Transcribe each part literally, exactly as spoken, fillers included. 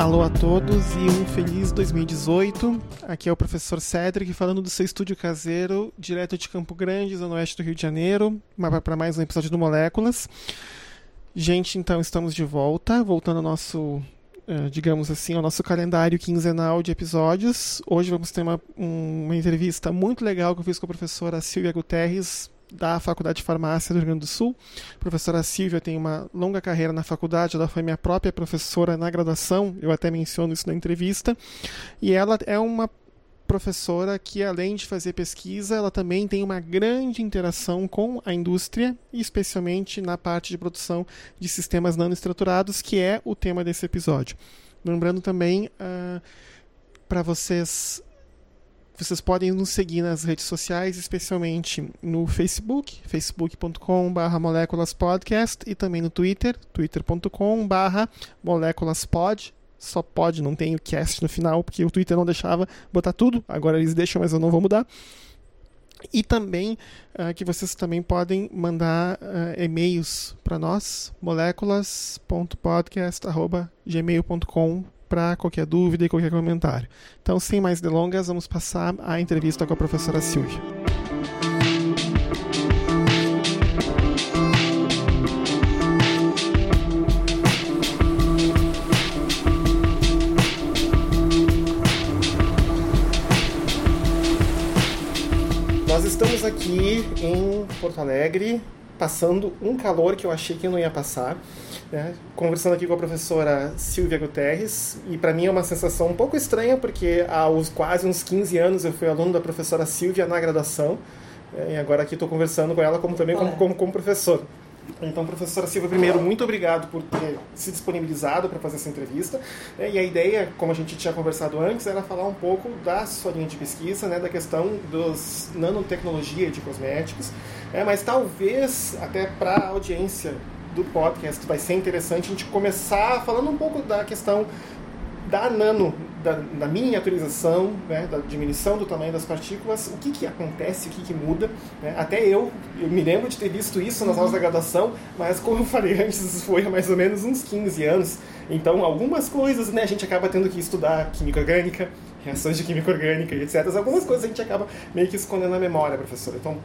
Alô a todos e um feliz dois mil e dezoito. Aqui é o professor Cedric falando do seu estúdio caseiro, direto de Campo Grande, zona oeste do Rio de Janeiro, para mais um episódio do Moléculas. Gente, então estamos de volta, voltando ao nosso, uh, digamos assim, ao nosso calendário quinzenal de episódios. Hoje vamos ter uma, uma entrevista muito legal que eu fiz com a professora Silvia Guterres, da Faculdade de Farmácia do Rio Grande do Sul. A professora Silvia tem uma longa carreira na faculdade, ela foi minha própria professora na graduação, eu até menciono isso na entrevista, e ela é uma professora que, além de fazer pesquisa, ela também tem uma grande interação com a indústria, especialmente na parte de produção de sistemas nanoestruturados, que é o tema desse episódio. Lembrando também, uh, para vocês... Vocês podem nos seguir nas redes sociais, especialmente no Facebook, facebook ponto com barra moléculas podcast, e também no Twitter, twitter ponto com barra moléculas pod. Só pode, não tem o cast no final, porque o Twitter não deixava botar tudo. Agora eles deixam, mas eu não vou mudar. E também uh, que vocês também podem mandar uh, e-mails para nós, moléculas ponto podcast arroba gmail ponto com, para qualquer dúvida e qualquer comentário. Então, sem mais delongas, vamos passar a entrevista com a professora Silvia. Nós estamos aqui em Porto Alegre, passando um calor que eu achei que eu não ia passar, né? Conversando aqui com a professora Silvia Guterres, e para mim é uma sensação um pouco estranha, porque há uns, quase uns quinze anos eu fui aluno da professora Silvia na graduação, né? E agora aqui estou conversando com ela como, também como, como, como professor. Então, professora Silvia, primeiro, muito obrigado por ter se disponibilizado para fazer essa entrevista. E a ideia, como a gente tinha conversado antes, era falar um pouco da sua linha de pesquisa, né, da questão dos nanotecnologia de cosméticos. É, mas talvez, até para a audiência do podcast, vai ser interessante a gente começar falando um pouco da questão da nano, da, da miniaturização, né, da diminuição do tamanho das partículas, o que, que acontece, o que, que muda, né? Até eu, eu me lembro de ter visto isso nas aulas da graduação, mas como eu falei antes, foi há mais ou menos uns quinze anos, então algumas coisas, né, a gente acaba tendo que estudar química orgânica, reações de química orgânica e etcétera. Algumas coisas a gente acaba meio que escondendo na memória, professora. Então,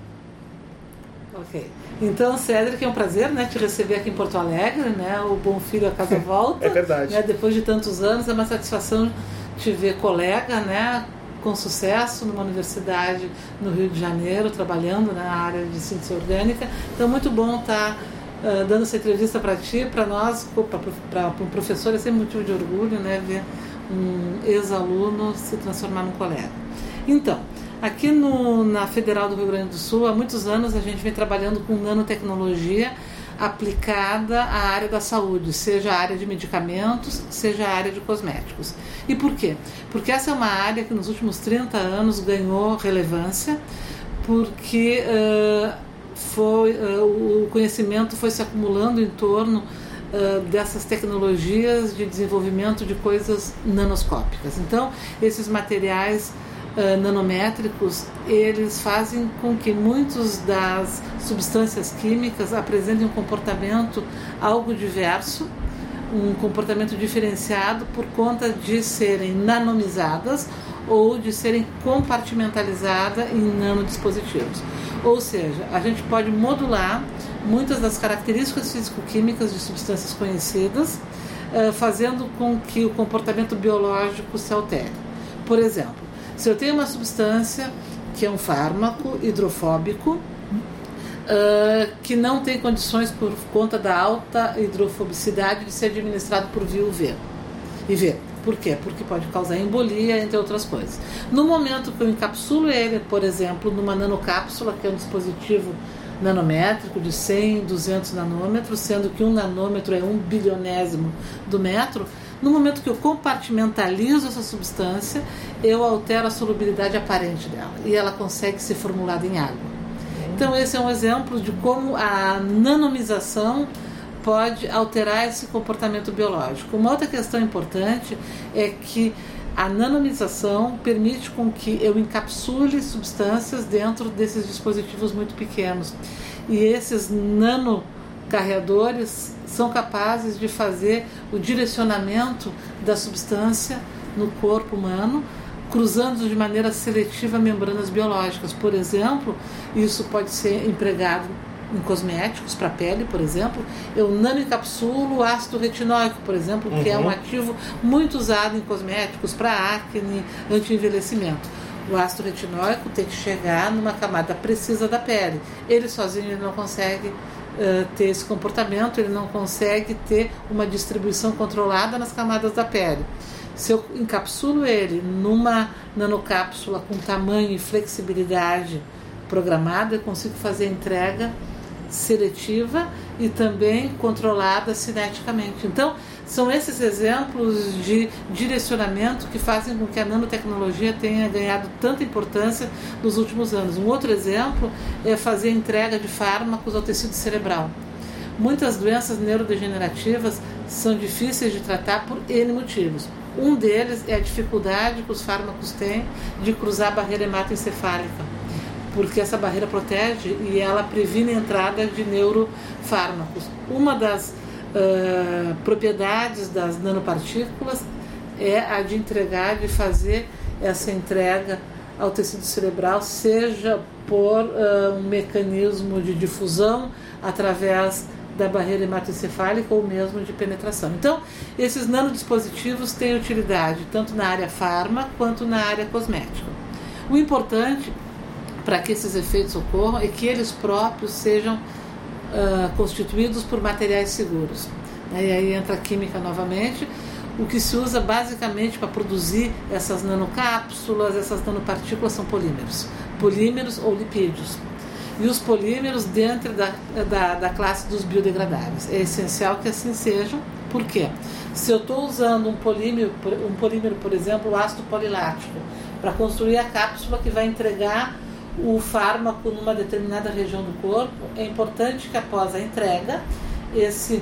ok. Então, Cedric, é um prazer, né, te receber aqui em Porto Alegre, né, o bom filho a casa volta. É verdade. Né, depois de tantos anos, é uma satisfação te ver colega, né, com sucesso numa universidade no Rio de Janeiro, trabalhando, né, na área de síntese orgânica. Então, muito bom estar uh, dando essa entrevista para ti, para nós, para um professor, é sempre motivo de orgulho, né, ver um ex-aluno se transformar num colega. Então, aqui no, na Federal do Rio Grande do Sul, há muitos anos a gente vem trabalhando com nanotecnologia aplicada à área da saúde, seja a área de medicamentos, seja a área de cosméticos. E por quê? Porque essa é uma área que nos últimos trinta anos ganhou relevância, porque uh, foi, uh, o conhecimento foi se acumulando em torno uh, dessas tecnologias de desenvolvimento de coisas nanoscópicas. Então, esses materiais Uh, nanométricos, eles fazem com que muitas das substâncias químicas apresentem um comportamento algo diverso, um comportamento diferenciado por conta de serem nanomizadas ou de serem compartimentalizadas em nanodispositivos. Ou seja, a gente pode modular muitas das características físico-químicas de substâncias conhecidas, uh, fazendo com que o comportamento biológico se altere. Por exemplo, se eu tenho uma substância que é um fármaco hidrofóbico, uh, que não tem condições por conta da alta hidrofobicidade de ser administrado por via U V. I V. Por quê? Porque pode causar embolia, entre outras coisas. No momento que eu encapsulo ele, por exemplo, numa nanocápsula, que é um dispositivo nanométrico de cem, duzentos nanômetros, sendo que um nanômetro é um bilionésimo do metro, no momento que eu compartimentalizo essa substância, eu altero a solubilidade aparente dela e ela consegue ser formulada em água. Então, esse é um exemplo de como a nanomização pode alterar esse comportamento biológico. Uma outra questão importante é que a nanomização permite com que eu encapsule substâncias dentro desses dispositivos muito pequenos. E esses nano carreadores são capazes de fazer o direcionamento da substância no corpo humano, cruzando de maneira seletiva membranas biológicas. Por exemplo, isso pode ser empregado em cosméticos, para a pele, por exemplo. Eu nanoencapsulo o ácido retinóico, por exemplo, que uhum. é um ativo muito usado em cosméticos para acne, anti-envelhecimento. O ácido retinóico tem que chegar numa camada precisa da pele. Ele sozinho ele não consegue uh, ter esse comportamento, ele não consegue ter uma distribuição controlada nas camadas da pele. Se eu encapsulo ele numa nanocápsula com tamanho e flexibilidade programada, eu consigo fazer a entrega seletiva e também controlada cineticamente. Então, são esses exemplos de direcionamento que fazem com que a nanotecnologia tenha ganhado tanta importância nos últimos anos. Um outro exemplo é fazer a entrega de fármacos ao tecido cerebral. Muitas doenças neurodegenerativas são difíceis de tratar por N motivos. Um deles é a dificuldade que os fármacos têm de cruzar a barreira hematoencefálica, porque essa barreira protege e ela previne a entrada de neurofármacos. Uma das uh, propriedades das nanopartículas é a de entregar, de fazer essa entrega ao tecido cerebral, seja por uh, um mecanismo de difusão através da barreira hematoencefálica ou mesmo de penetração. Então, esses nanodispositivos têm utilidade tanto na área farma quanto na área cosmética. O importante para que esses efeitos ocorram é que eles próprios sejam uh, constituídos por materiais seguros. E aí entra a química novamente. O que se usa basicamente para produzir essas nanocápsulas, essas nanopartículas são polímeros. Polímeros ou lipídios. E os polímeros dentro da, da, da classe dos biodegradáveis. É essencial que assim sejam. Por quê? Se eu estou usando um polímero, um polímero, por exemplo, o ácido polilático, para construir a cápsula que vai entregar o fármaco numa determinada região do corpo, é importante que após a entrega, esse,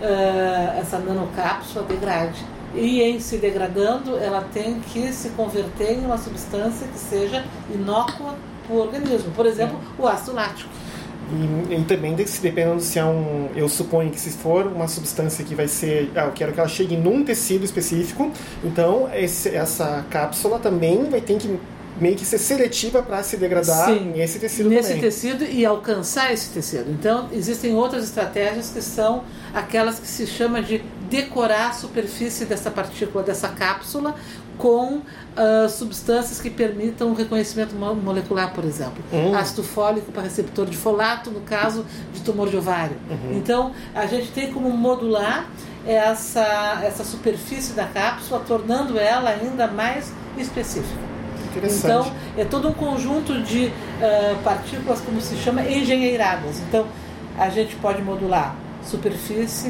uh, essa nanocápsula degrade. E em se degradando, ela tem que se converter em uma substância que seja inócua para o organismo. Por exemplo, o ácido lático. E, e também, se dependendo se é um... Eu suponho que se for uma substância que vai ser... Ah, eu quero que ela chegue num tecido específico, então esse, essa cápsula também vai ter que meio que ser seletiva para se degradar Sim, nesse tecido nesse também. tecido e alcançar esse tecido. Então, existem outras estratégias que são aquelas que se chama de decorar a superfície dessa partícula, dessa cápsula, com uh, substâncias que permitam o reconhecimento molecular, por exemplo. Hum. Ácido fólico para receptor de folato, no caso de tumor de ovário. Uhum. Então, a gente tem como modular essa, essa superfície da cápsula, tornando ela ainda mais específica. Então, é todo um conjunto de uh, partículas, como se chama, engenheiradas. Então, a gente pode modular superfície,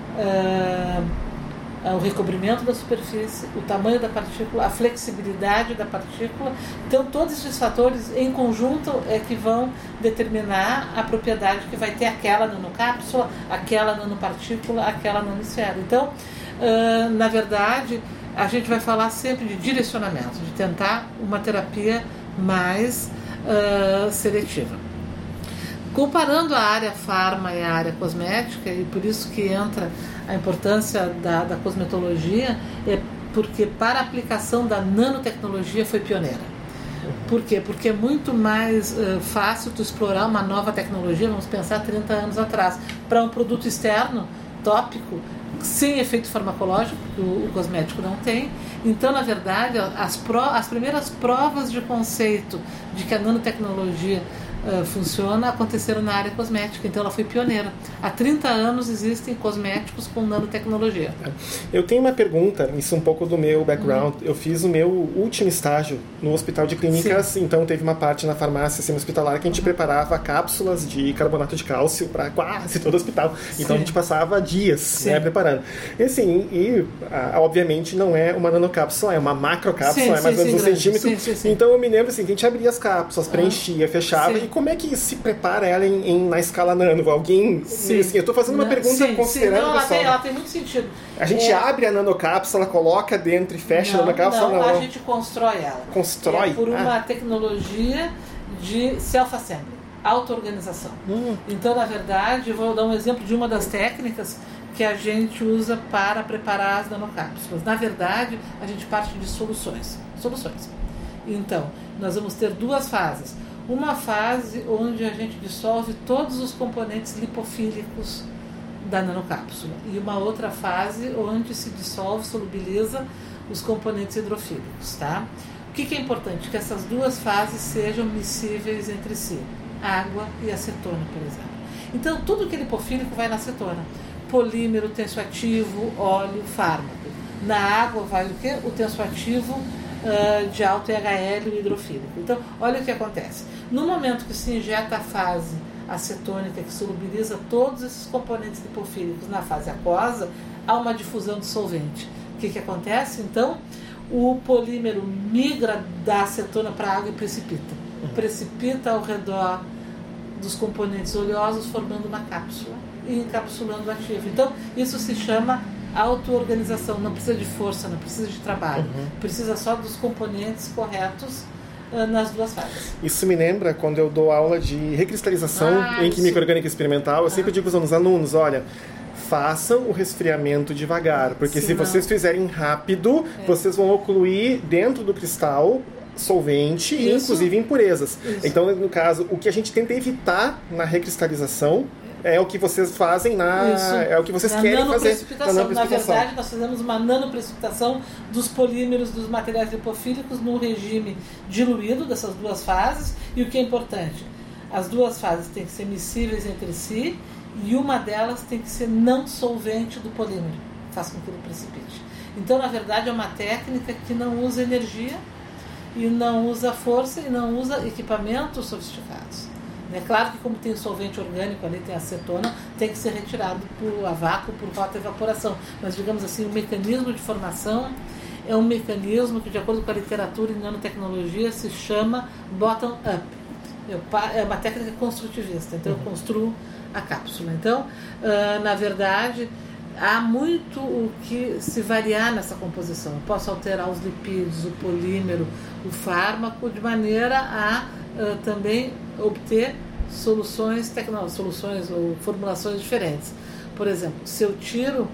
uh, o recobrimento da superfície, o tamanho da partícula, a flexibilidade da partícula. Então, todos esses fatores em conjunto é que vão determinar a propriedade que vai ter aquela nanocápsula, aquela nanopartícula, aquela nanosfera. Então, uh, na verdade, a gente vai falar sempre de direcionamento, de tentar uma terapia mais uh, seletiva. Comparando a área farma e a área cosmética, e por isso que entra a importância da, da cosmetologia, é porque para a aplicação da nanotecnologia foi pioneira. Por quê? Porque é muito mais uh, fácil tu explorar uma nova tecnologia, vamos pensar trinta anos atrás, para um produto externo, tópico, sem efeito farmacológico, que o, o cosmético não tem. Então, na verdade, as, pro, as primeiras provas de conceito de que a nanotecnologia uh, funciona aconteceram na área cosmética. Então, ela foi pioneira. Há trinta anos existem cosméticos com nanotecnologia. Eu tenho uma pergunta, isso um pouco do meu background. Hum. Eu fiz o meu último estágio no Hospital de Clínicas, Sim. então teve uma parte na farmácia semi-hospitalar que a gente uhum. preparava cápsulas de carbonato de cálcio para quase todo o hospital. Então, Sim. a gente passava dias né, preparando. E assim, e, obviamente não é uma nanocápsula, é uma macrocápsula, sim, é mais ou menos um centímetro. Sim, sim, sim. Então eu me lembro assim, que a gente abria as cápsulas, preenchia, fechava. Sim. E como é que se prepara ela em, em, na escala nano? Alguém... Sim. Assim, eu estou fazendo uma pergunta sim, considerando... Sim, não, ela, tem, ela tem muito sentido. A gente é... abre a nanocápsula, coloca dentro e fecha não, a nanocápsula? Não, não, a gente constrói ela. Constrói? É por uma ah. tecnologia de self-assembly. auto-organização. Hum. Então, na verdade, eu vou dar um exemplo de uma das técnicas que a gente usa para preparar as nanocápsulas. Na verdade, a gente parte de soluções. Soluções. Então, nós vamos ter duas fases. Uma fase onde a gente dissolve todos os componentes lipofílicos da nanocápsula. E uma outra fase onde se dissolve, solubiliza os componentes hidrofílicos. Tá? O que, que é importante? Que essas duas fases sejam miscíveis entre si. Água e acetona, por exemplo. Então, tudo que é lipofílico vai na acetona. Polímero, tensoativo, óleo, fármaco. Na água vai o quê? O tensoativo uh, de alto I H L, o hidrofílico. Então, olha o que acontece. No momento que se injeta a fase acetônica, que solubiliza todos esses componentes lipofílicos na fase aquosa, há uma difusão de solvente. O que, que acontece? Então, o polímero migra da acetona para a água e precipita. Precipita ao redor dos componentes oleosos, formando uma cápsula e encapsulando o ativo. Então, isso se chama auto-organização. Não precisa de força, não precisa de trabalho. Uhum. Precisa só dos componentes corretos uh, nas duas fases. Isso me lembra quando eu dou aula de recristalização ah, em química orgânica experimental. Eu ah. sempre digo aos alunos, olha, façam o resfriamento devagar, porque se, se vocês fizerem rápido, é. vocês vão ocluir dentro do cristal solvente e inclusive impurezas. Isso. Então, no caso, o que a gente tenta evitar na recristalização é o que vocês fazem na... Isso. É o que vocês na querem fazer na nanoprecipitação. Na verdade, nós fazemos uma nanoprecipitação dos polímeros dos materiais lipofílicos no regime diluído dessas duas fases. E o que é importante? As duas fases têm que ser miscíveis entre si e uma delas tem que ser não solvente do polímero. Faz com que ele precipite. Então, na verdade, é uma técnica que não usa energia e não usa força e não usa equipamentos sofisticados. É claro que como tem solvente orgânico ali, tem acetona, tem que ser retirado por a vácuo, por rota evaporação. Mas, digamos assim, o mecanismo de formação é um mecanismo que, de acordo com a literatura em nanotecnologia, se chama bottom-up. É uma técnica construtivista. Então, eu construo a cápsula. Então, na verdade, há muito o que se variar nessa composição. Eu posso alterar os lipídios, o polímero, o fármaco, de maneira a uh, também obter soluções tecnológicas, soluções ou formulações diferentes. Por exemplo, se eu tiro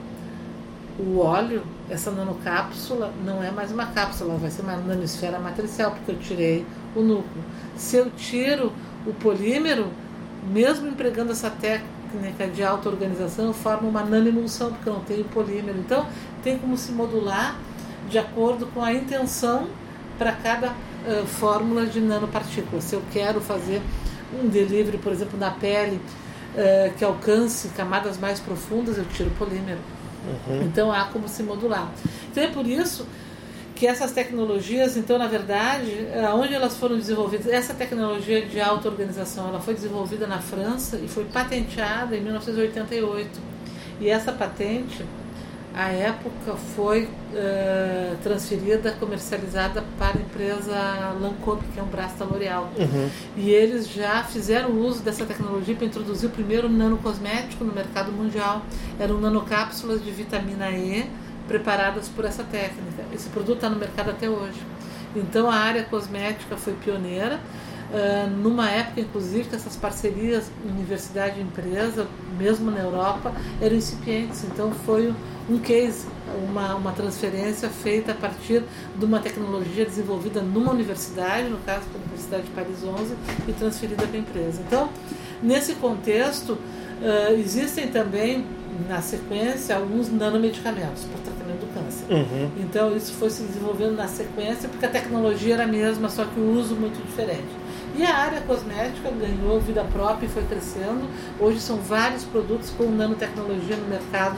o óleo, essa nanocápsula não é mais uma cápsula, vai ser uma nanosfera matricial, porque eu tirei o núcleo. Se eu tiro o polímero, mesmo empregando essa técnica de auto-organização, eu formo uma nanoemulsão, porque eu não tenho polímero. Então, tem como se modular de acordo com a intenção para cada uh, fórmula de nanopartículas. Se eu quero fazer um delivery, por exemplo, na pele, uh, que alcance camadas mais profundas, eu tiro o polímero. Uhum. Então, há como se modular. Então, é por isso que essas tecnologias, então, na verdade, onde elas foram desenvolvidas, essa tecnologia de auto-organização, ela foi desenvolvida na França e foi patenteada em mil novecentos e oitenta e oito. E essa patente, à época, foi uh, transferida, comercializada para a empresa Lancôme, que é um braço da L'Oréal. Uhum. E eles já fizeram uso dessa tecnologia para introduzir o primeiro nanocosmético no mercado mundial. Eram nanocápsulas de vitamina E, preparadas por essa técnica. Esse produto está no mercado até hoje. Então, a área cosmética foi pioneira, uh, numa época, inclusive, que essas parcerias universidade e empresa, mesmo na Europa, eram incipientes. Então, foi um case, uma, uma transferência feita a partir de uma tecnologia desenvolvida numa universidade, no caso, a Universidade de Paris onze, e transferida para a empresa. Então, nesse contexto, uh, existem também, na sequência, alguns nanomedicamentos para o tratamento do câncer. Uhum. Então, isso foi se desenvolvendo na sequência, porque a tecnologia era a mesma, só que o uso muito diferente. E a área cosmética ganhou vida própria e foi crescendo. Hoje são vários produtos com nanotecnologia no mercado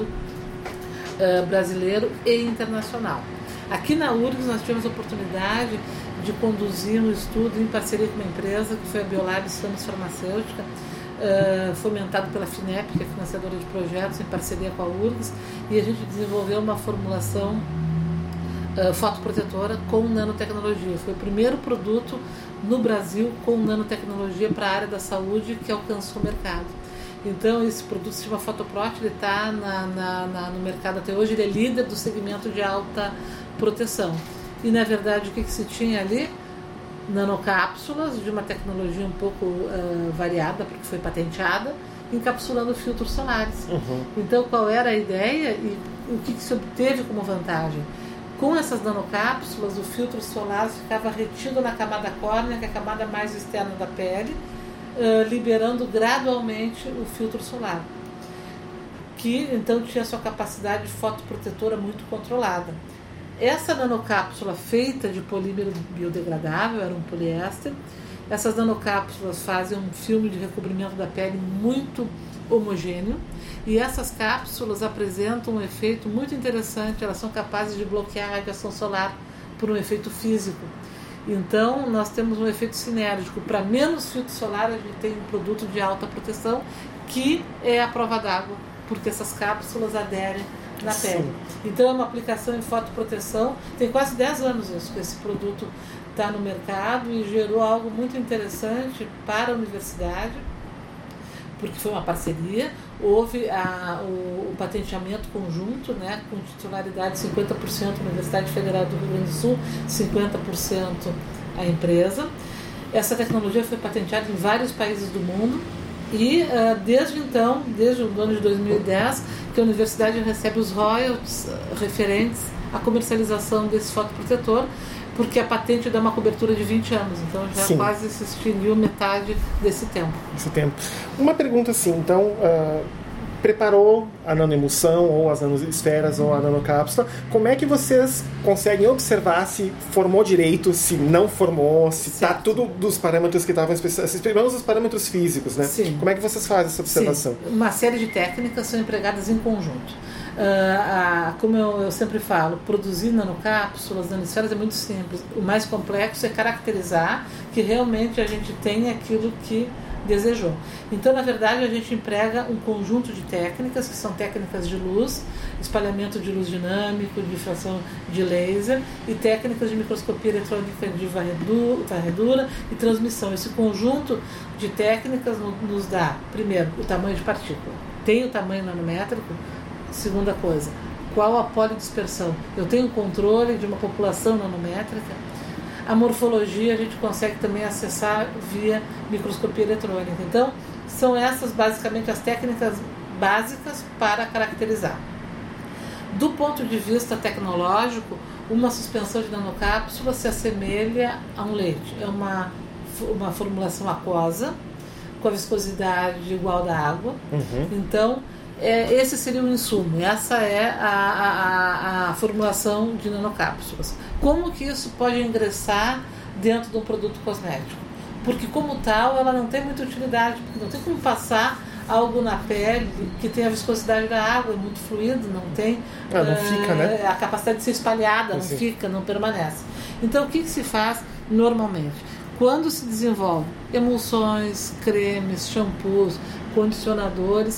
uh, brasileiro e internacional. Aqui na U R G S nós tivemos a oportunidade de conduzir um estudo em parceria com uma empresa, que foi a Biolab Samus Farmacêutica, Uh, fomentado pela FINEP, que é financiadora de projetos, em parceria com a U R G S, e a gente desenvolveu uma formulação uh, fotoprotetora com nanotecnologia. Foi o primeiro produto no Brasil com nanotecnologia para a área da saúde que alcançou o mercado. Então, esse produto se chama Fotoprot, ele está na, na, na, no mercado até hoje, ele é líder do segmento de alta proteção. E, na verdade, o que, que se tinha ali? nanocápsulas de uma tecnologia um pouco uh, variada, porque foi patenteada, encapsulando filtros solares. Uhum. Então, qual era a ideia e o que, que se obteve como vantagem? Com essas nanocápsulas, o filtro solar ficava retido na camada córnea, que é a camada mais externa da pele, uh, liberando gradualmente o filtro solar, que então tinha sua capacidade fotoprotetora muito controlada. Essa nanocápsula feita de polímero biodegradável, era um poliéster, essas nanocápsulas fazem um filme de recobrimento da pele muito homogêneo, e essas cápsulas apresentam um efeito muito interessante, elas são capazes de bloquear a radiação solar por um efeito físico. Então, nós temos um efeito sinérgico. Para menos filtro solar, a gente tem um produto de alta proteção, que é a prova d'água, porque essas cápsulas aderem na Sim. pele. Então, é uma aplicação em fotoproteção. Tem quase dez anos isso, que esse produto está no mercado e gerou algo muito interessante para a universidade, porque foi uma parceria. Houve a, o, o patenteamento conjunto, né, com titularidade cinquenta por cento na Universidade Federal do Rio Grande do Sul, cinquenta por cento a empresa. Essa tecnologia foi patenteada em vários países do mundo e uh, desde então, desde o ano de dois mil e dez, que a universidade recebe os royalties referentes à comercialização desse fotoprotetor, porque a patente dá uma cobertura de vinte anos, então já Sim. quase se extinguiu metade desse tempo. Esse tempo. Uma pergunta assim, então, uh, preparou a nanoemulsão, ou as nanosferas, uhum. ou a nanocápsula, como é que vocês conseguem observar se formou direito, se não formou, se está tudo dos parâmetros que estavam especificados, pelo menos os parâmetros físicos, né? Sim. Como é que vocês fazem essa observação? Sim. Uma série de técnicas são empregadas em conjunto. Uh, a, como eu, eu sempre falo, produzir nanocápsulas, nanosferas é muito simples. O mais complexo é caracterizar que realmente a gente tem aquilo que desejou. Então, na verdade, a gente emprega um conjunto de técnicas, que são técnicas de luz, espalhamento de luz dinâmico, difração de laser, e técnicas de microscopia eletrônica de varredura e transmissão. Esse conjunto de técnicas nos dá, primeiro, o tamanho de partícula. Tem o tamanho nanométrico? Segunda coisa, qual a polidispersão? Eu tenho controle de uma população nanométrica? A morfologia a gente consegue também acessar via microscopia eletrônica. Então, são essas basicamente as técnicas básicas para caracterizar. Do ponto de vista tecnológico, uma suspensão de nanocápsula se assemelha a um leite. É uma, uma formulação aquosa, com a viscosidade igual da água. Uhum. Então, É, esse seria o insumo, essa é a, a, a formulação de nanocápsulas. Como que isso pode ingressar dentro de um produto cosmético? Porque como tal, ela não tem muita utilidade, porque não tem como passar algo na pele que tem a viscosidade da água, é muito fluido, não tem ah, não uh, fica, né? a capacidade de ser espalhada, não Sim. fica, não permanece. Então, o que, que se faz normalmente? Quando se desenvolve emulsões, cremes, shampoos, condicionadores,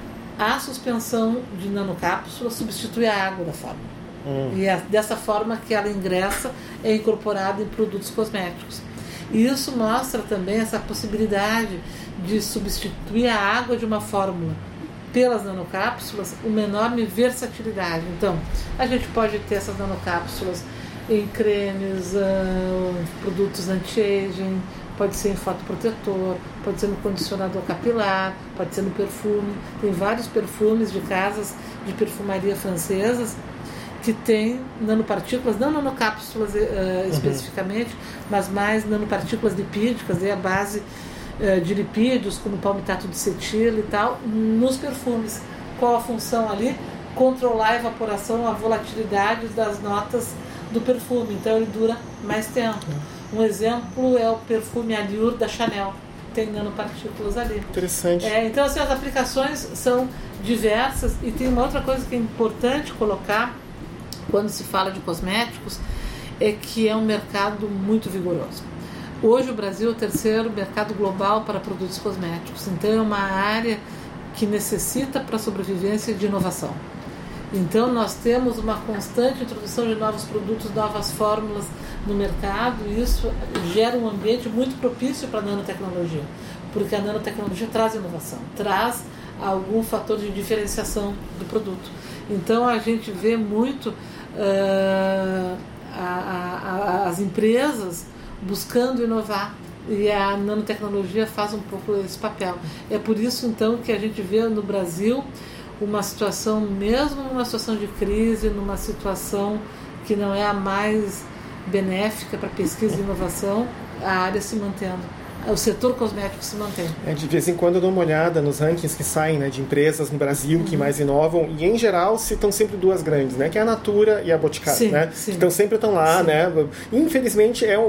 a suspensão de nanocápsula substitui a água da fórmula. Hum. E é dessa forma que ela ingressa, é incorporada em produtos cosméticos. E isso mostra também essa possibilidade de substituir a água de uma fórmula pelas nanocápsulas, uma enorme versatilidade. Então, a gente pode ter essas nanocápsulas em cremes, uh, produtos anti-aging, pode ser em fotoprotetor, pode ser no condicionador capilar, pode ser no perfume. Tem vários perfumes de casas de perfumaria francesas que tem nanopartículas, não nanocápsulas uh, especificamente, uhum. mas mais nanopartículas lipídicas, é a base uh, de lipídios, como palmitato de cetil e tal, nos perfumes. Qual a função ali? Controlar a evaporação, a volatilidade das notas do perfume, então ele dura mais tempo. Uhum. Um exemplo é o perfume Allure da Chanel, tem nanopartículas ali. Interessante. É, então, assim, as aplicações são diversas, e tem uma outra coisa que é importante colocar quando se fala de cosméticos, é que é um mercado muito vigoroso. Hoje o Brasil é o terceiro mercado global para produtos cosméticos, então é uma área que necessita para a sobrevivência de inovação. Então nós temos uma constante introdução de novos produtos, novas fórmulas no mercado, e isso gera um ambiente muito propício para a nanotecnologia, porque a nanotecnologia traz inovação, traz algum fator de diferenciação do produto. Então a gente vê muito uh, a, a, a, as empresas buscando inovar. E a nanotecnologia faz um pouco esse papel. É por isso, então, que a gente vê no Brasil uma situação, mesmo numa situação de crise, numa situação que não é a mais benéfica para pesquisa e inovação, a área se mantendo. O setor cosmético se mantém. É, de vez em quando eu dou uma olhada nos rankings que saem, né, de empresas no Brasil uhum. que mais inovam, e em geral citam sempre duas grandes, né, que é a Natura e a Boticário, sim, né? Sim. Então sempre estão lá, sim. né? Infelizmente é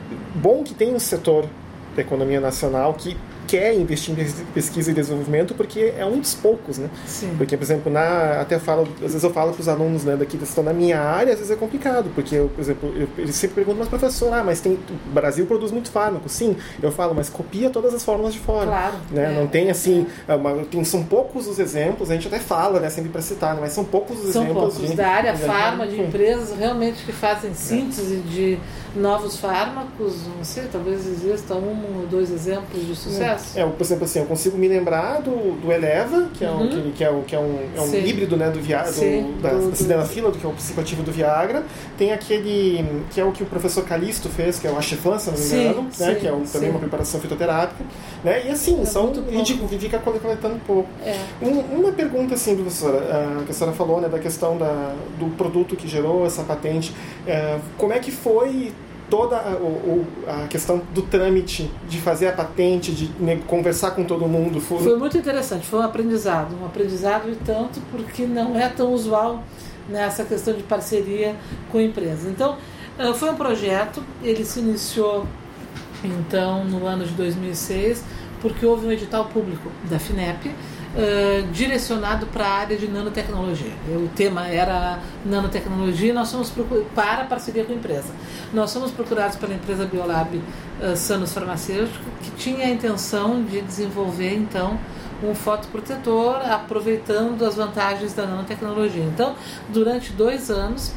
bom que tem um setor da economia nacional que quer investir em pesquisa e desenvolvimento, porque é um dos poucos, né? Sim. Porque, por exemplo, na, até falo, às vezes eu falo para os alunos, né, daqui que estão na minha área, às vezes é complicado, porque, eu, por exemplo, eu, eles sempre perguntam, mas professor, ah, mas tem, o Brasil produz muito fármaco. Sim, eu falo, mas copia todas as fórmulas de fora. Claro. Né? É, Não tem, assim, é. uma, tem, são poucos os exemplos, a gente até fala, né, sempre para citar, né, mas são poucos os são exemplos. Poucos, de, da área de, farma, de, de empresas realmente que fazem síntese é. de novos fármacos, não sei, talvez exista um ou dois exemplos de sucesso. É, é por exemplo, assim, eu consigo me lembrar do, do Eleva, que é, um, uhum. que, que é, um, que é um, é um híbrido, né, do Viagra, do, da, do, da sildenafila, do que é o psicoativo do Viagra. Tem aquele, que é o que o professor Calisto fez, que é o Acheflan, se não me engano, sim, né, sim, que é um, também sim. uma preparação fitoterápica. Né, e assim, é são, e de, fica coletando um pouco. É. Um, uma pergunta, assim, professora, uh, que a senhora falou, né, da questão da, do produto que gerou essa patente. Uh, como é que foi toda a, o, a questão do trâmite, de fazer a patente, de né, conversar com todo mundo? Foi... foi muito interessante, foi um aprendizado, um aprendizado e tanto porque não é tão usual nessa questão de parceria com empresas. Então, foi um projeto, ele se iniciou então no ano de dois mil e seis, porque houve um edital público da FINEP, Uh, direcionado para a área de nanotecnologia. O tema era nanotecnologia, nós fomos procur- para parceria com a empresa. Nós fomos procurados pela empresa Biolab uh, Sanos Farmacêutico, que tinha a intenção de desenvolver, então, um fotoprotetor, aproveitando as vantagens da nanotecnologia. Então, durante dois anos,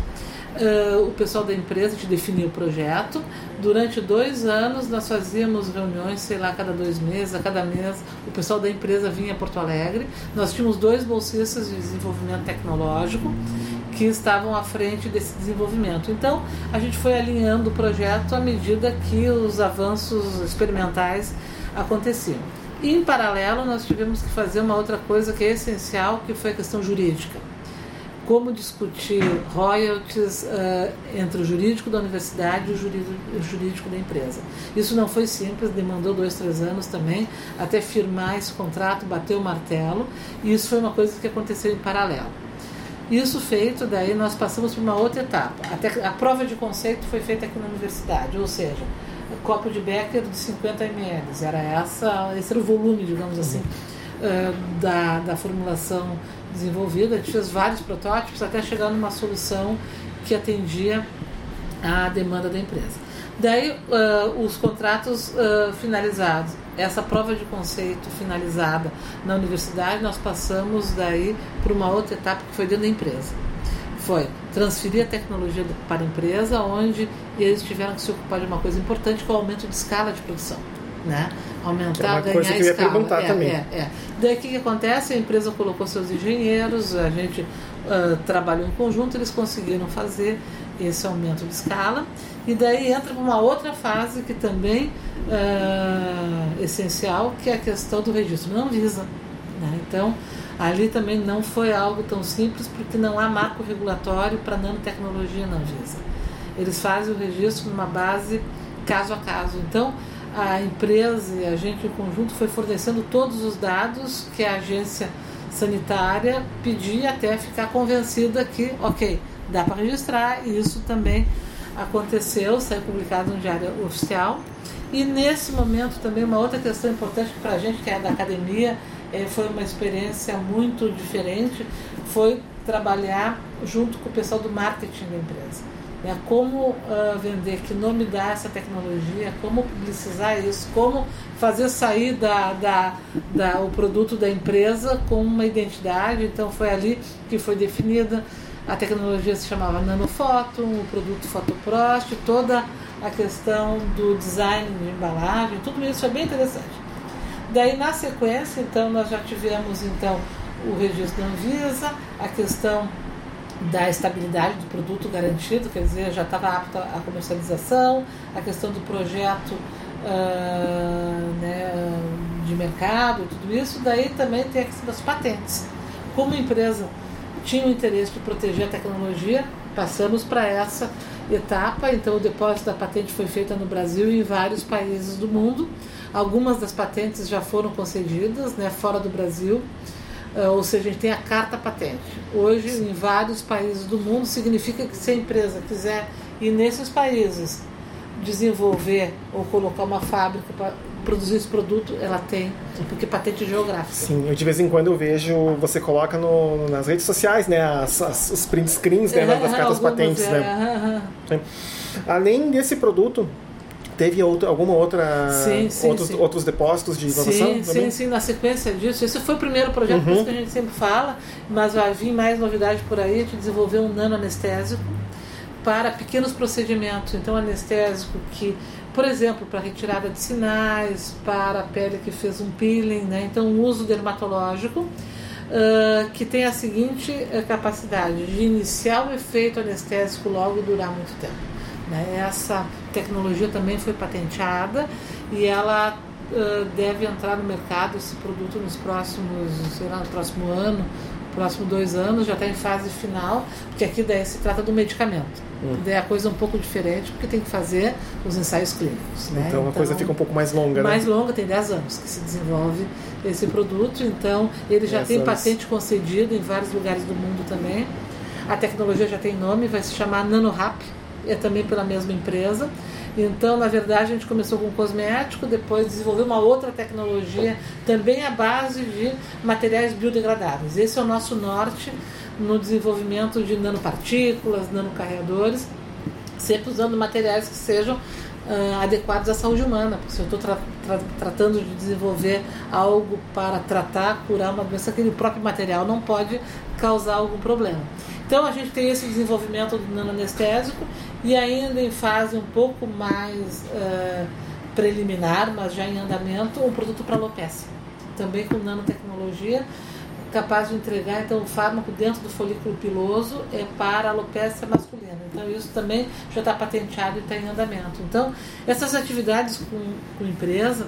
Uh, o pessoal da empresa te definiu o projeto. Durante dois anos nós fazíamos reuniões, sei lá, a cada dois meses, a cada mês o pessoal da empresa vinha a Porto Alegre. Nós tínhamos dois bolsistas de desenvolvimento tecnológico que estavam à frente desse desenvolvimento. Então a gente foi alinhando o projeto à medida que os avanços experimentais aconteciam. E em paralelo nós tivemos que fazer uma outra coisa que é essencial, que foi a questão jurídica. Como discutir royalties uh, entre o jurídico da universidade e o jurídico, o jurídico da empresa. Isso não foi simples, demandou dois, três anos também, até firmar esse contrato, bater o martelo, e isso foi uma coisa que aconteceu em paralelo. Isso feito, daí nós passamos por uma outra etapa. Até a prova de conceito foi feita aqui na universidade, ou seja, um copo de Becker de cinquenta mililitros, era essa, esse era o volume, digamos assim, uh, da, da formulação desenvolvida. A gente fez vários protótipos até chegar numa solução que atendia à demanda da empresa. Daí uh, os contratos uh, finalizados, essa prova de conceito finalizada na universidade, nós passamos daí para uma outra etapa que foi dentro da empresa. Foi transferir a tecnologia para a empresa, onde eles tiveram que se ocupar de uma coisa importante, que é o aumento de escala de produção. Né? Aumentar, é uma ganhar coisa que eu ia escala. perguntar é, também. É, é. Daí o que, que acontece? A empresa colocou seus engenheiros, a gente uh, trabalhou em conjunto, eles conseguiram fazer esse aumento de escala, e daí entra uma outra fase que também é uh, essencial, que é a questão do registro na Anvisa. Né? Então, ali também não foi algo tão simples, porque não há marco regulatório para nanotecnologia na Anvisa. Eles fazem o registro numa base caso a caso. Então, a empresa e a gente em conjunto foi fornecendo todos os dados que a agência sanitária pedia até ficar convencida que, ok, dá para registrar, e isso também aconteceu, saiu publicado no Diário Oficial. E nesse momento também uma outra questão importante para a gente, que é da academia, é, foi uma experiência muito diferente, foi trabalhar junto com o pessoal do marketing da empresa. Né? Como uh, vender, que nome dar essa tecnologia, como publicizar isso, como fazer sair da, da, da, o produto da empresa com uma identidade. Então foi ali que foi definida. A tecnologia se chamava Nanofoto, o produto Fotoprost, toda a questão do design de embalagem, tudo isso é bem interessante. Daí na sequência, então, nós já tivemos então o registro da Anvisa, a questão da estabilidade do produto garantido, quer dizer, já estava apta à comercialização, a questão do projeto uh, né, de mercado, tudo isso. Daí também tem a questão das patentes. Como a empresa tinha o interesse de proteger a tecnologia, passamos para essa etapa. Então o depósito da patente foi feito no Brasil e em vários países do mundo. Algumas das patentes já foram concedidas, né, fora do Brasil. Uh, ou seja, a gente tem a carta patente. Hoje, em vários países do mundo, significa que se a empresa quiser ir nesses países desenvolver ou colocar uma fábrica para produzir esse produto, ela tem, porque patente geográfica. Sim, eu de vez em quando eu vejo, você coloca no, nas redes sociais, né, as, as, os print screens, né, das cartas Algumas, patentes. É, né? Uh, uh, uh. Além desse produto, teve outro, alguma outra sim, sim, outros, sim. outros depósitos de inovação? Sim, também? sim, sim, na sequência disso. Esse foi o primeiro projeto, uhum. por isso que a gente sempre fala, mas vai vir mais novidade por aí. A gente desenvolveu um nanoanestésico para pequenos procedimentos. Então, anestésico que, por exemplo, para retirada de sinais, para a pele que fez um peeling, né? Então, um uso dermatológico uh, que tem a seguinte uh, capacidade de iniciar o efeito anestésico logo e durar muito tempo. Essa tecnologia também foi patenteada e ela uh, deve entrar no mercado, esse produto, nos próximos, sei lá, no próximo ano, próximo dois anos, já está em fase final, porque aqui daí se trata de um medicamento. Hum. Daí é a coisa um pouco diferente, porque tem que fazer os ensaios clínicos. Né? Então a então, coisa fica um pouco mais longa, mais né? Mais longa, tem dez anos que se desenvolve esse produto, então ele já tem anos. patente concedida em vários lugares do mundo também. A tecnologia já tem nome, vai se chamar NanoRap. É também pela mesma empresa. Então, na verdade, a gente começou com cosmético, depois desenvolveu uma outra tecnologia, também à base de materiais biodegradáveis. Esse é o nosso norte no desenvolvimento de nanopartículas, nanocarreadores, sempre usando materiais que sejam uh, adequados à saúde humana, porque se eu estou tra tra tratando de desenvolver algo para tratar, curar uma doença, aquele próprio material não pode causar algum problema. Então a gente tem esse desenvolvimento do nanoanestésico e ainda em fase um pouco mais uh, preliminar, mas já em andamento, um produto para alopecia. Também com nanotecnologia, capaz de entregar então, um fármaco dentro do folículo piloso é para alopecia masculina. Então isso também já está patenteado e está em andamento. Então essas atividades com, com empresa,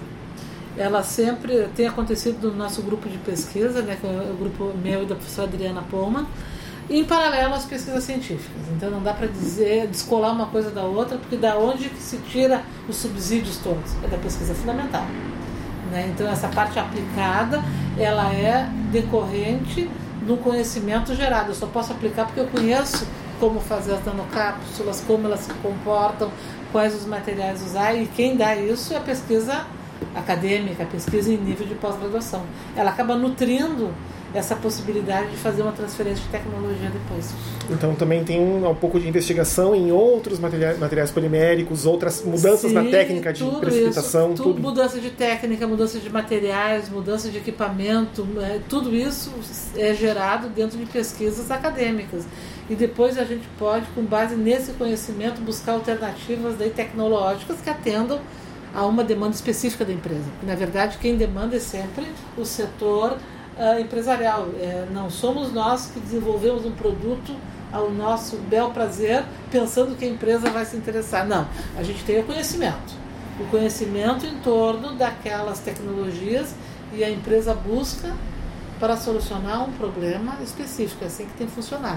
ela sempre tem acontecido no nosso grupo de pesquisa, né, que é o grupo meu e da professora Adriana Poma, e em paralelo às pesquisas científicas. Então não dá para dizer, descolar uma coisa da outra, porque da onde que se tira os subsídios todos? É da pesquisa fundamental. Né? Então essa parte aplicada, ela é decorrente do conhecimento gerado. Eu só posso aplicar porque eu conheço como fazer as nanocápsulas, como elas se comportam, quais os materiais usar, e quem dá isso é a pesquisa acadêmica, a pesquisa em nível de pós-graduação. Ela acaba nutrindo essa possibilidade de fazer uma transferência de tecnologia depois. Então também tem um, um pouco de investigação em outros materiais, materiais poliméricos, outras mudanças Sim, na técnica de precipitação. Isso, tudo, tudo. Mudança de técnica, mudança de materiais, mudança de equipamento, é, tudo isso é gerado dentro de pesquisas acadêmicas. E depois a gente pode, com base nesse conhecimento, buscar alternativas daí, tecnológicas que atendam a uma demanda específica da empresa. Na verdade, quem demanda é sempre o setor Uh, empresarial. É, não somos nós que desenvolvemos um produto ao nosso bel prazer, pensando que a empresa vai se interessar. Não, a gente tem o conhecimento. O conhecimento em torno daquelas tecnologias e a empresa busca para solucionar um problema específico. É assim que tem funcionado.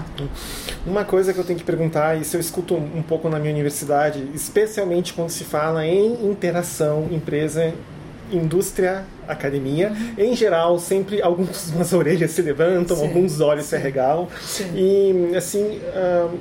Uma coisa que eu tenho que perguntar, isso eu escuto um pouco na minha universidade, especialmente quando se fala em interação empresa indústria, academia, uhum. em geral, sempre algumas orelhas se levantam, Sim. alguns olhos Sim. se arregalam. Sim. E, assim, uh,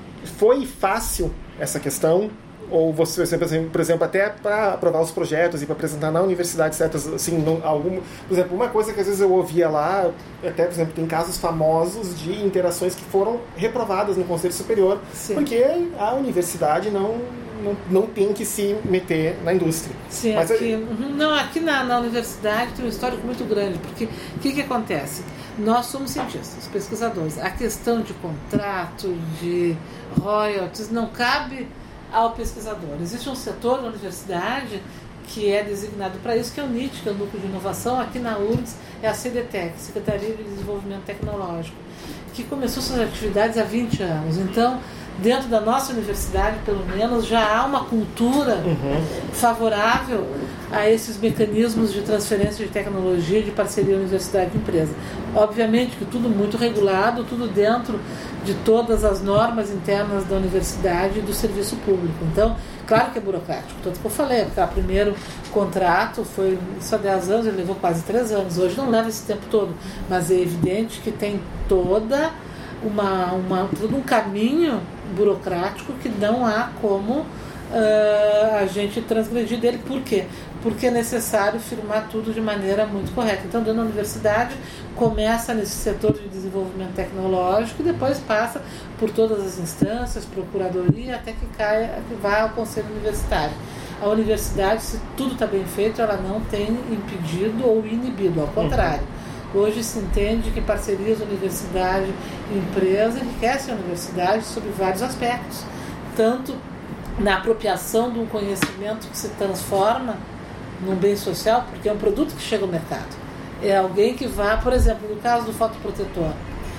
foi fácil essa questão? Ou você, por exemplo, até para aprovar os projetos e para apresentar na universidade certas, assim, não, algum, por exemplo, uma coisa que às vezes eu ouvia lá, até, por exemplo, tem casos famosos de interações que foram reprovadas no Conselho Superior, Sim. porque a universidade não Não, não tem que se meter na indústria. Sim, Mas aqui, eu... não, aqui na, na universidade tem um histórico muito grande, porque o que, que acontece? Nós somos cientistas, pesquisadores. A questão de contrato, de royalties, não cabe ao pesquisador. Existe um setor na universidade que é designado para isso, que é o NIT, que é o Núcleo de Inovação. Aqui na U R G S é a CDTEC, Secretaria de Desenvolvimento Tecnológico, que começou suas atividades há vinte anos. Então, dentro da nossa universidade, pelo menos, já há uma cultura uhum. favorável a esses mecanismos de transferência de tecnologia, de parceria universidade e empresa. Obviamente que tudo muito regulado, tudo dentro de todas as normas internas da universidade e do serviço público. Então, claro que é burocrático, tanto que eu falei, porque o primeiro contrato foi só dez anos, ele levou quase três anos. Hoje não leva esse tempo todo, mas é evidente que tem toda uma, uma, todo um caminho burocrático que não há como uh, a gente transgredir dele. Por quê? Porque é necessário firmar tudo de maneira muito correta. Então, dentro da universidade, começa nesse setor de desenvolvimento tecnológico e depois passa por todas as instâncias, procuradoria, até que caia, que vá ao conselho universitário. A universidade, se tudo está bem feito, ela não tem impedido ou inibido, ao contrário. Hoje se entende que parcerias universidade e empresa enriquecem a universidade sobre vários aspectos, tanto na apropriação de um conhecimento que se transforma num bem social, porque é um produto que chega ao mercado. É alguém que vai, por exemplo, no caso do fotoprotetor,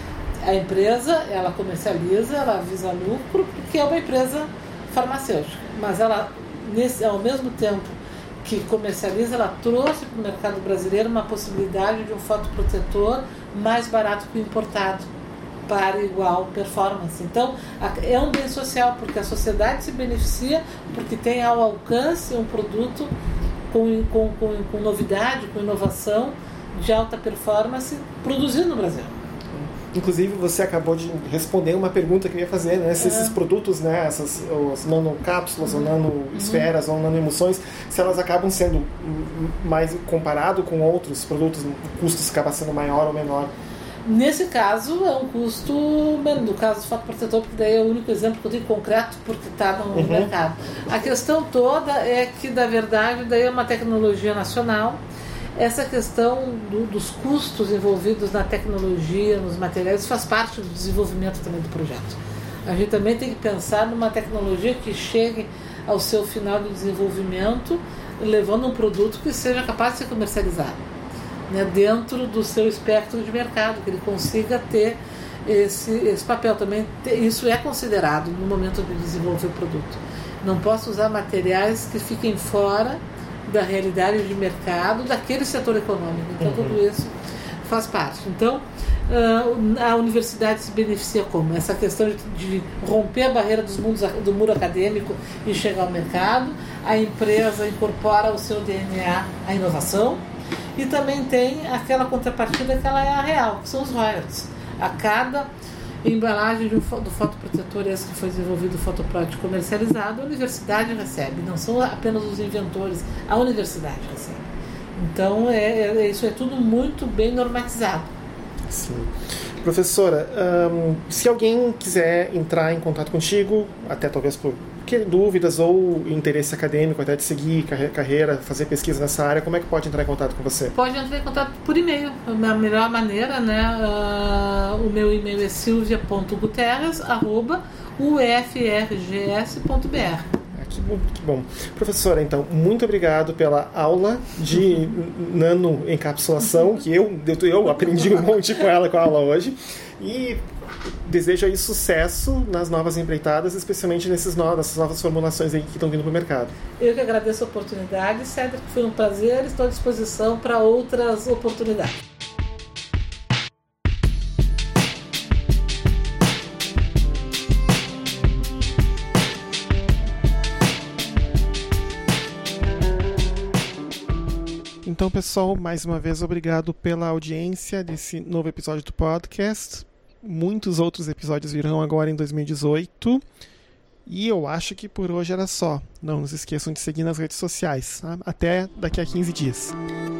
a empresa, ela comercializa, ela visa lucro, porque é uma empresa farmacêutica, mas ela, nesse, ao mesmo tempo que comercializa, ela trouxe para o mercado brasileiro uma possibilidade de um fotoprotetor mais barato que o importado, para igual performance. Então, é um bem social, porque a sociedade se beneficia, porque tem ao alcance um produto com, com, com, com novidade, com inovação, de alta performance, produzido no Brasil. Inclusive, você acabou de responder uma pergunta que eu ia fazer, né? Se esses produtos, né, essas as nanocápsulas uhum. ou nanoesferas uhum. ou nanoemulsões, se elas acabam sendo mais comparado com outros produtos, o custo acaba sendo maior ou menor? Nesse caso, é um custo, no caso do fotoprotetor, porque daí é o único exemplo que eu tenho concreto, porque está no uhum. mercado. A questão toda é que, na verdade, daí é uma tecnologia nacional. Essa questão do, dos custos envolvidos na tecnologia, nos materiais, faz parte do desenvolvimento também do projeto. A gente também tem que pensar numa tecnologia que chegue ao seu final de desenvolvimento, levando um produto que seja capaz de ser comercializado, né, dentro do seu espectro de mercado, que ele consiga ter esse, esse papel também. Isso é considerado no momento de desenvolver o produto. Não posso usar materiais que fiquem fora da realidade de mercado daquele setor econômico. Então, uhum. tudo isso faz parte. Então, a universidade se beneficia como? Essa questão de romper a barreira dos mundos, do muro acadêmico e chegar ao mercado. A empresa incorpora o seu D N A à inovação. E também tem aquela contrapartida que ela é a real, que são os royalties. A cada embalagem do fotoprotetor, esse que foi desenvolvido, o Fotoprot comercializado, a universidade recebe, não são apenas os inventores, a universidade recebe. Então, é, é, isso é tudo muito bem normatizado. Sim. Professora, um, se alguém quiser entrar em contato contigo, até talvez por dúvidas ou interesse acadêmico, até de seguir carreira, fazer pesquisa nessa área, como é que pode entrar em contato com você? Pode entrar em contato por e-mail, a melhor maneira, né? Uh, o meu e-mail é silvia ponto guterres arroba u f r g s ponto b r. Que bom, que bom. Professora, então, muito obrigado pela aula de nanoencapsulação, que eu, eu aprendi um monte com ela com a aula hoje. E desejo aí sucesso nas novas empreitadas, especialmente nesses no, nessas novas formulações aí que estão vindo para o mercado. Eu que agradeço a oportunidade, Cédric, foi um prazer, estou à disposição para outras oportunidades. Então, pessoal, mais uma vez, obrigado pela audiência desse novo episódio do podcast. Muitos outros episódios virão agora em dois mil e dezoito. E eu acho que por hoje era só. Não nos esqueçam de seguir nas redes sociais. Tá? Até daqui a quinze dias.